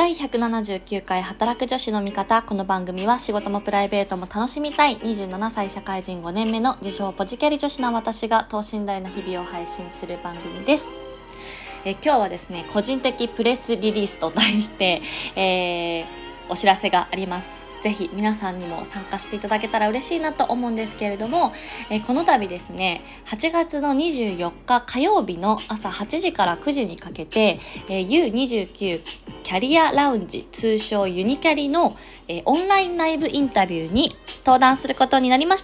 第179回働く女子の味方。この番組は仕事もプライベートも楽しみたい27歳社会人5年目の自称ポジキャリ女子の私が等身大の日々を配信する番組です。今日はですね、個人的プレスリリースと題して、お知らせがあります。ぜひ皆さんにも参加していただけたら嬉しいなと思うんですけれども、この度ですね、8月の24日火曜日の朝8時から9時にかけて、U29 キャリアラウンジ、通称ユニキャリの、オンラインライブインタビューに登壇することになりました。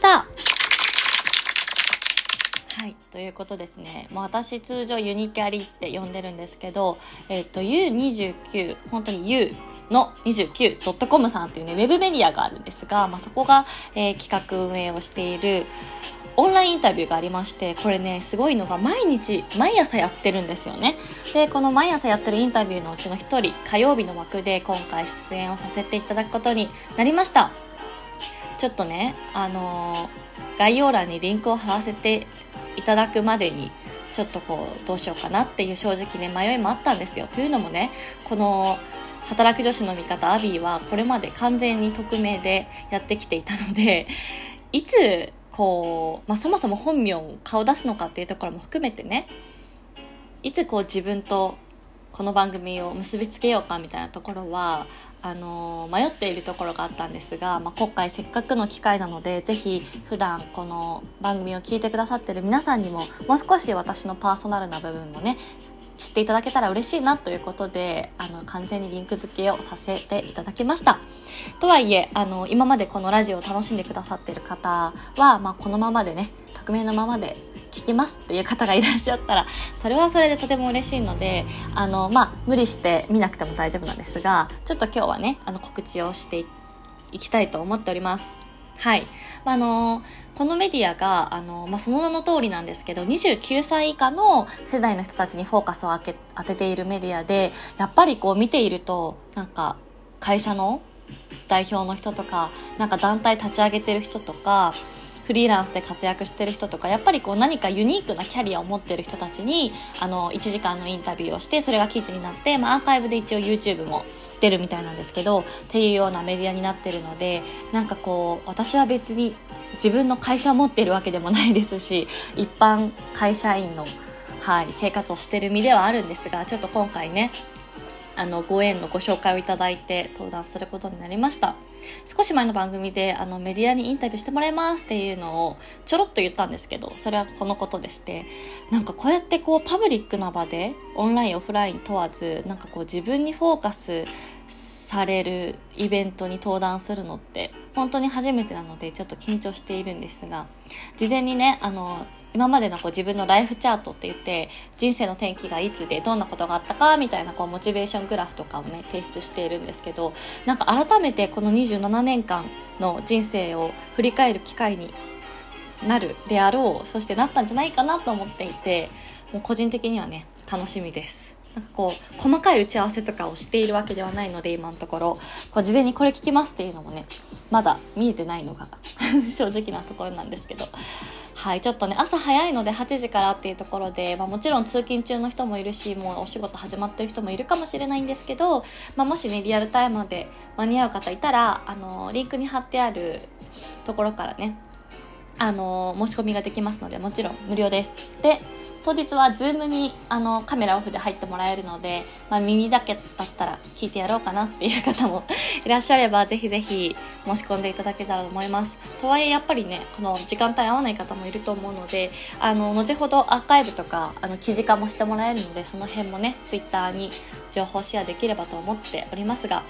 はい、ということですね。もう私通常ユニキャリって呼んでるんですけど、U29、本当に U の 29.com さんっていうね、ウェブメディアがあるんですが、そこが、企画運営をしているオンラインインタビューがありまして、これね、すごいのが毎朝やってるんですよね。で、この毎朝やってるインタビューのうちの一人、火曜日の枠で今回出演をさせていただくことになりました。ちょっとね、概要欄にリンクを貼らせていただくまでにちょっとどうしようかなっていう正直ね迷いもあったんですよ。というのもね、この働く女子の味方アビーはこれまで完全に匿名でやってきていたので、いつそもそも本名を顔出すのかっていうところも含めてね、いつ自分とこの番組を結びつけようかみたいなところは迷っているところがあったんですが、今回せっかくの機会なので、ぜひ普段この番組を聞いてくださっている皆さんにももう少し私のパーソナルな部分もね知っていただけたら嬉しいなということで、完全にリンク付けをさせていただきました。とはいえ今までこのラジオを楽しんでくださっている方は、このままでね、匿名のままで聞きますっていう方がいらっしゃったら、それはそれでとても嬉しいので、無理して見なくても大丈夫なんですが、ちょっと今日はね告知をしていきたいと思っております。はい。このメディアがその名の通りなんですけど、29歳以下の世代の人たちにフォーカスを当てているメディアで、やっぱり見ていると会社の代表の人とか、団体立ち上げてる人とか、フリーランスで活躍してる人とか、やっぱり何かユニークなキャリアを持ってる人たちに1時間のインタビューをして、それが記事になって、アーカイブで一応 YouTube も出るみたいなんですけど、っていうようなメディアになってるので、私は別に自分の会社を持っているわけでもないですし、一般会社員の、生活をしてる身ではあるんですが、ちょっと今回ねご縁のご紹介をいただいて登壇することになりました。少し前の番組でメディアにインタビューしてもらいますっていうのをちょろっと言ったんですけど、それはこのことでして、こうやってパブリックな場でオンラインオフライン問わず自分にフォーカスされるイベントに登壇するのって本当に初めてなので、ちょっと緊張しているんですが、事前にね今までの自分のライフチャートって言って、人生の転機がいつでどんなことがあったかみたいなモチベーショングラフとかをね提出しているんですけど、改めてこの27年間の人生を振り返る機会になるであろう、そしてなったんじゃないかなと思っていて、もう個人的にはね楽しみです。細かい打ち合わせとかをしているわけではないので、今のところ事前にこれ聞きますっていうのもねまだ見えてないのが正直なところなんですけど、ちょっとね朝早いので8時からっていうところで、もちろん通勤中の人もいるし、もうお仕事始まってる人もいるかもしれないんですけど、もしねリアルタイムで間に合う方いたらリンクに貼ってあるところからね申し込みができますので、もちろん無料です。で、当日はズームにカメラオフで入ってもらえるので、耳だけだったら聞いてやろうかなっていう方もいらっしゃれば、ぜひぜひ申し込んでいただけたらと思います。とはいえやっぱりねこの時間帯合わない方もいると思うので、後ほどアーカイブとか記事化もしてもらえるので、その辺もねツイッターに情報シェアできればと思っておりますが、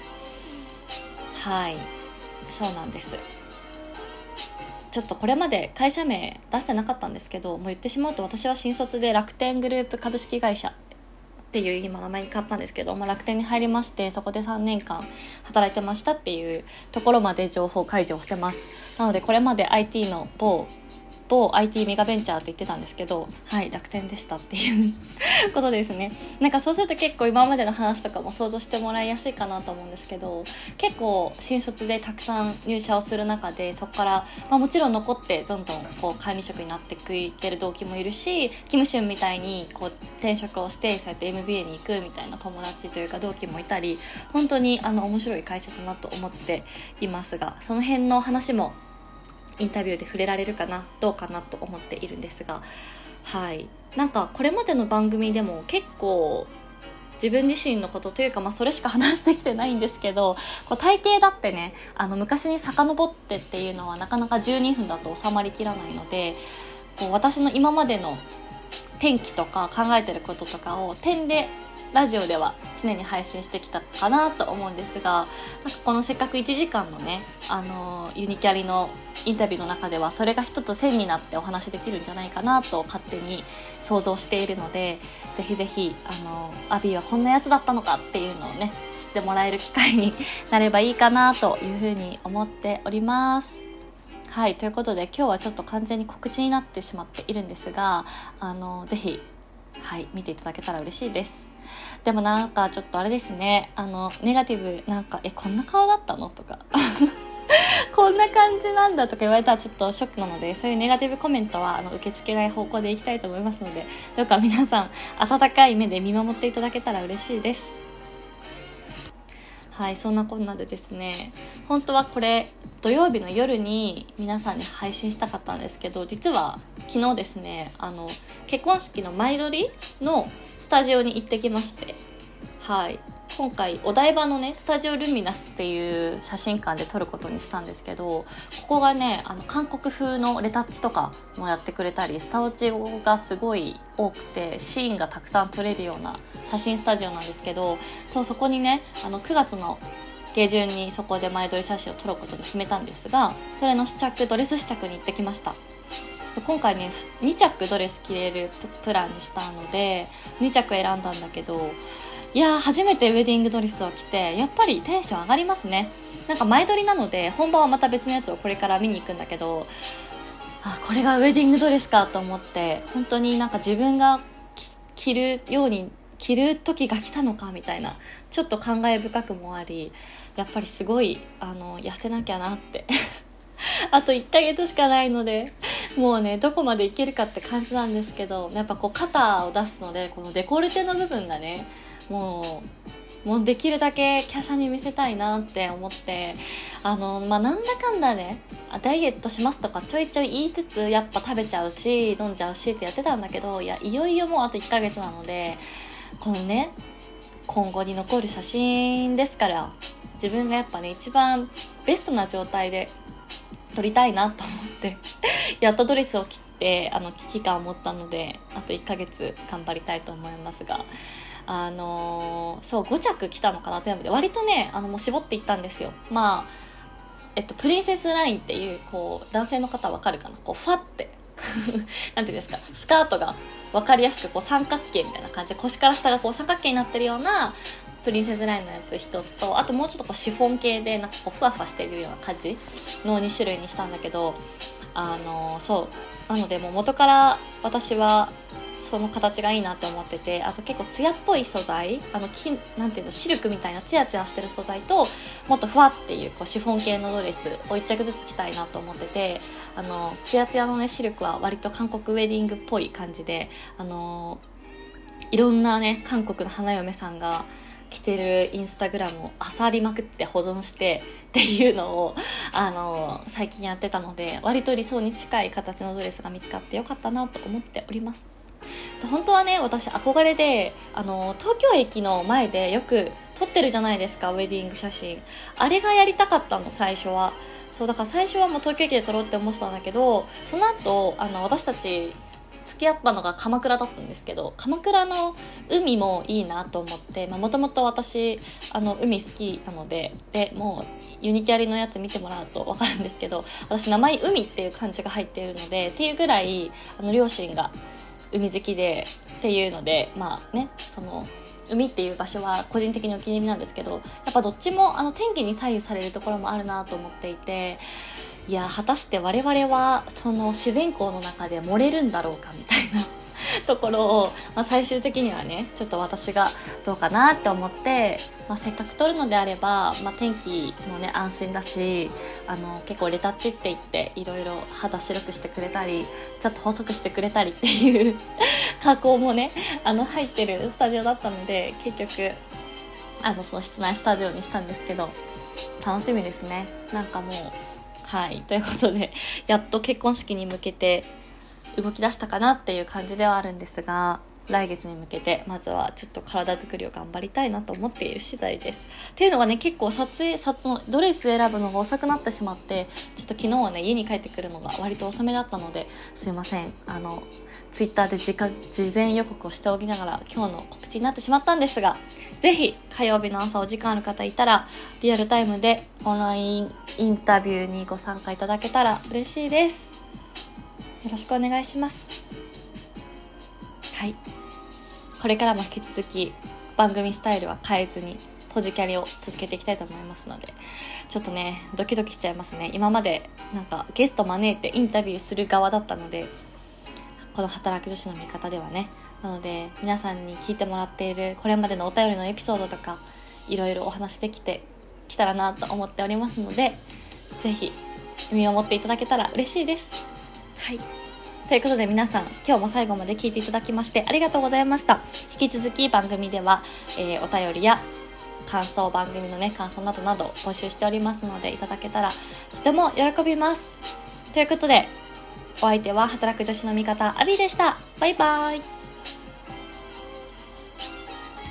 そうなんです。ちょっとこれまで会社名出してなかったんですけど、もう言ってしまうと、私は新卒で楽天グループ株式会社っていう今名前に変わったんですけど、楽天に入りまして、そこで3年間働いてましたっていうところまで情報開示をしてます。なのでこれまで IT の某某 IT メガベンチャーって言ってたんですけど、はい、楽天でしたっていうことですね。なんかそうすると結構今までの話とかも想像してもらいやすいかなと思うんですけど、結構新卒でたくさん入社をする中で、そこから、もちろん残ってどんどんこう管理職になっていける同期もいるし、キムシュンみたいにこう転職をしてそうやって MBA に行くみたいな友達というか同期もいたり、本当に面白い会社だなと思っていますが、その辺の話もインタビューで触れられるかな、どうかなと思っているんですが、はい、なんかこれまでの番組でも結構自分自身のことというか、それしか話してきてないんですけど、こう体型だってね、昔に遡ってっていうのはなかなか12分だと収まりきらないので、こう私の今までの転機とか考えてることとかを点でラジオでは常に配信してきたかなと思うんですが、なんかこのせっかく1時間のね、ユニキャリのインタビューの中ではそれが一つ線になってお話できるんじゃないかなと勝手に想像しているので、ぜひぜひアビーはこんなやつだったのかっていうのをね、知ってもらえる機会になればいいかなというふうに思っております。はい、ということで今日はちょっと完全に告知になってしまっているんですが、ぜひ、はい、見ていただけたら嬉しいです。でもなんかちょっとあれですね、ネガティブ、なんかこんな顔だったのとかこんな感じなんだとか言われたらちょっとショックなので、そういうネガティブコメントは受け付けない方向でいきたいと思いますので、どうか皆さん温かい目で見守っていただけたら嬉しいです。はい、そんなこんなでですね、本当はこれ土曜日の夜に皆さんに配信したかったんですけど、実は昨日ですね、結婚式の前撮りのスタジオに行ってきまして、はい、今回お台場のねスタジオルミナスっていう写真館で撮ることにしたんですけど、ここがね韓国風のレタッチとかもやってくれたり、スタ落ちがすごい多くてシーンがたくさん撮れるような写真スタジオなんですけど、そこにね9月の下旬にそこで前撮り写真を撮ることに決めたんですが、それのドレス試着に行ってきました。今回ね2着ドレス着れるプランにしたので2着選んだんだけど、いや初めてウェディングドレスを着てやっぱりテンション上がりますね。なんか前撮りなので本番はまた別のやつをこれから見に行くんだけど、これがウェディングドレスかと思って、本当になんか自分が着る時が来たのかみたいな、ちょっと感慨深くもあり、やっぱりすごい痩せなきゃなってあと1ヶ月しかないので、もうねどこまでいけるかって感じなんですけど、やっぱこう肩を出すのでこのデコルテの部分がね、もうできるだけ華奢に見せたいなって思って、なんだかんだねダイエットしますとかちょいちょい言いつつ、やっぱ食べちゃうし飲んじゃうしってやってたんだけど、いよいよもうあと1ヶ月なので、このね今後に残る写真ですから、自分がやっぱね一番ベストな状態で撮りたいなと思ってやっとドレスを着て危機感を持ったので、あと1ヶ月頑張りたいと思いますが、そう5着着たのかな全部で。割とねもう絞っていったんですよ。プリンセスラインっていう、こう男性の方わかるかな、こうファってなんていうんですか、スカートが分かりやすくこう三角形みたいな感じで腰から下がこう三角形になってるようなプリンセスラインのやつ一つと、あともうちょっとこうシフォン系でなんかこうふわふわしてるような感じの2種類にしたんだけど、そうなのでもう元から私はその形がいいなって思ってて、あと結構ツヤっぽい素材、なんていうの、シルクみたいなツヤツヤしてる素材と、もっとふわっていう、こうシフォン系のドレスを1着ずつ着たいなと思ってて、ツヤツヤのねシルクは割と韓国ウェディングっぽい感じで、いろんなね韓国の花嫁さんが着てるインスタグラムを漁りまくって保存してっていうのを最近やってたので、割と理想に近い形のドレスが見つかってよかったなと思っております。本当はね私憧れで東京駅の前でよく撮ってるじゃないですか、ウェディング写真。あれがやりたかったの最初は。そうだから最初はもう東京駅で撮ろうって思ってたんだけど、その後私たち付き合ったのが鎌倉だったんですけど、鎌倉の海もいいなと思って、もともと私海好きなので、もうユニキャリのやつ見てもらうと分かるんですけど、私名前海っていう漢字が入っているのでっていうぐらい両親が海好きでっていうので、その海っていう場所は個人的にお気に入りなんですけど、やっぱどっちも天気に左右されるところもあるなと思っていて、 いや果たして我々はその自然光の中で漏れるんだろうかみたいなところを、最終的にはねちょっと私がどうかなって思って、せっかく撮るのであれば、天気もね安心だし、結構レタッチって言っていろいろ肌白くしてくれたりちょっと細くしてくれたりっていう加工もね入ってるスタジオだったので、結局その室内スタジオにしたんですけど、楽しみですね。なんかもうはいということで、やっと結婚式に向けて動き出したかなっていう感じではあるんですが、来月に向けてまずはちょっと体作りを頑張りたいなと思っている次第です。っていうのはね、結構ドレス選ぶのが遅くなってしまって、ちょっと昨日はね家に帰ってくるのが割と遅めだったので、すいません、ツイッターで事前予告をしておきながら今日の告知になってしまったんですが、ぜひ火曜日の朝お時間ある方いたらリアルタイムでオンラインインタビューにご参加いただけたら嬉しいです。よろしくお願いします。はい、これからも引き続き番組スタイルは変えずにポジキャリを続けていきたいと思いますので、ちょっとねドキドキしちゃいますね。今までなんかゲスト招いてインタビューする側だったので、この働く女子の味方ではね。なので皆さんに聞いてもらっているこれまでのお便りのエピソードとかいろいろお話できてきたらなと思っておりますので、ぜひ見守っていただけたら嬉しいです。はい、ということで皆さん今日も最後まで聞いていただきましてありがとうございました。引き続き番組では、お便りや感想、番組のね感想などなど募集しておりますので、いただけたらとても喜びます。ということでお相手は働く女子の味方アビーでした。バイバイ。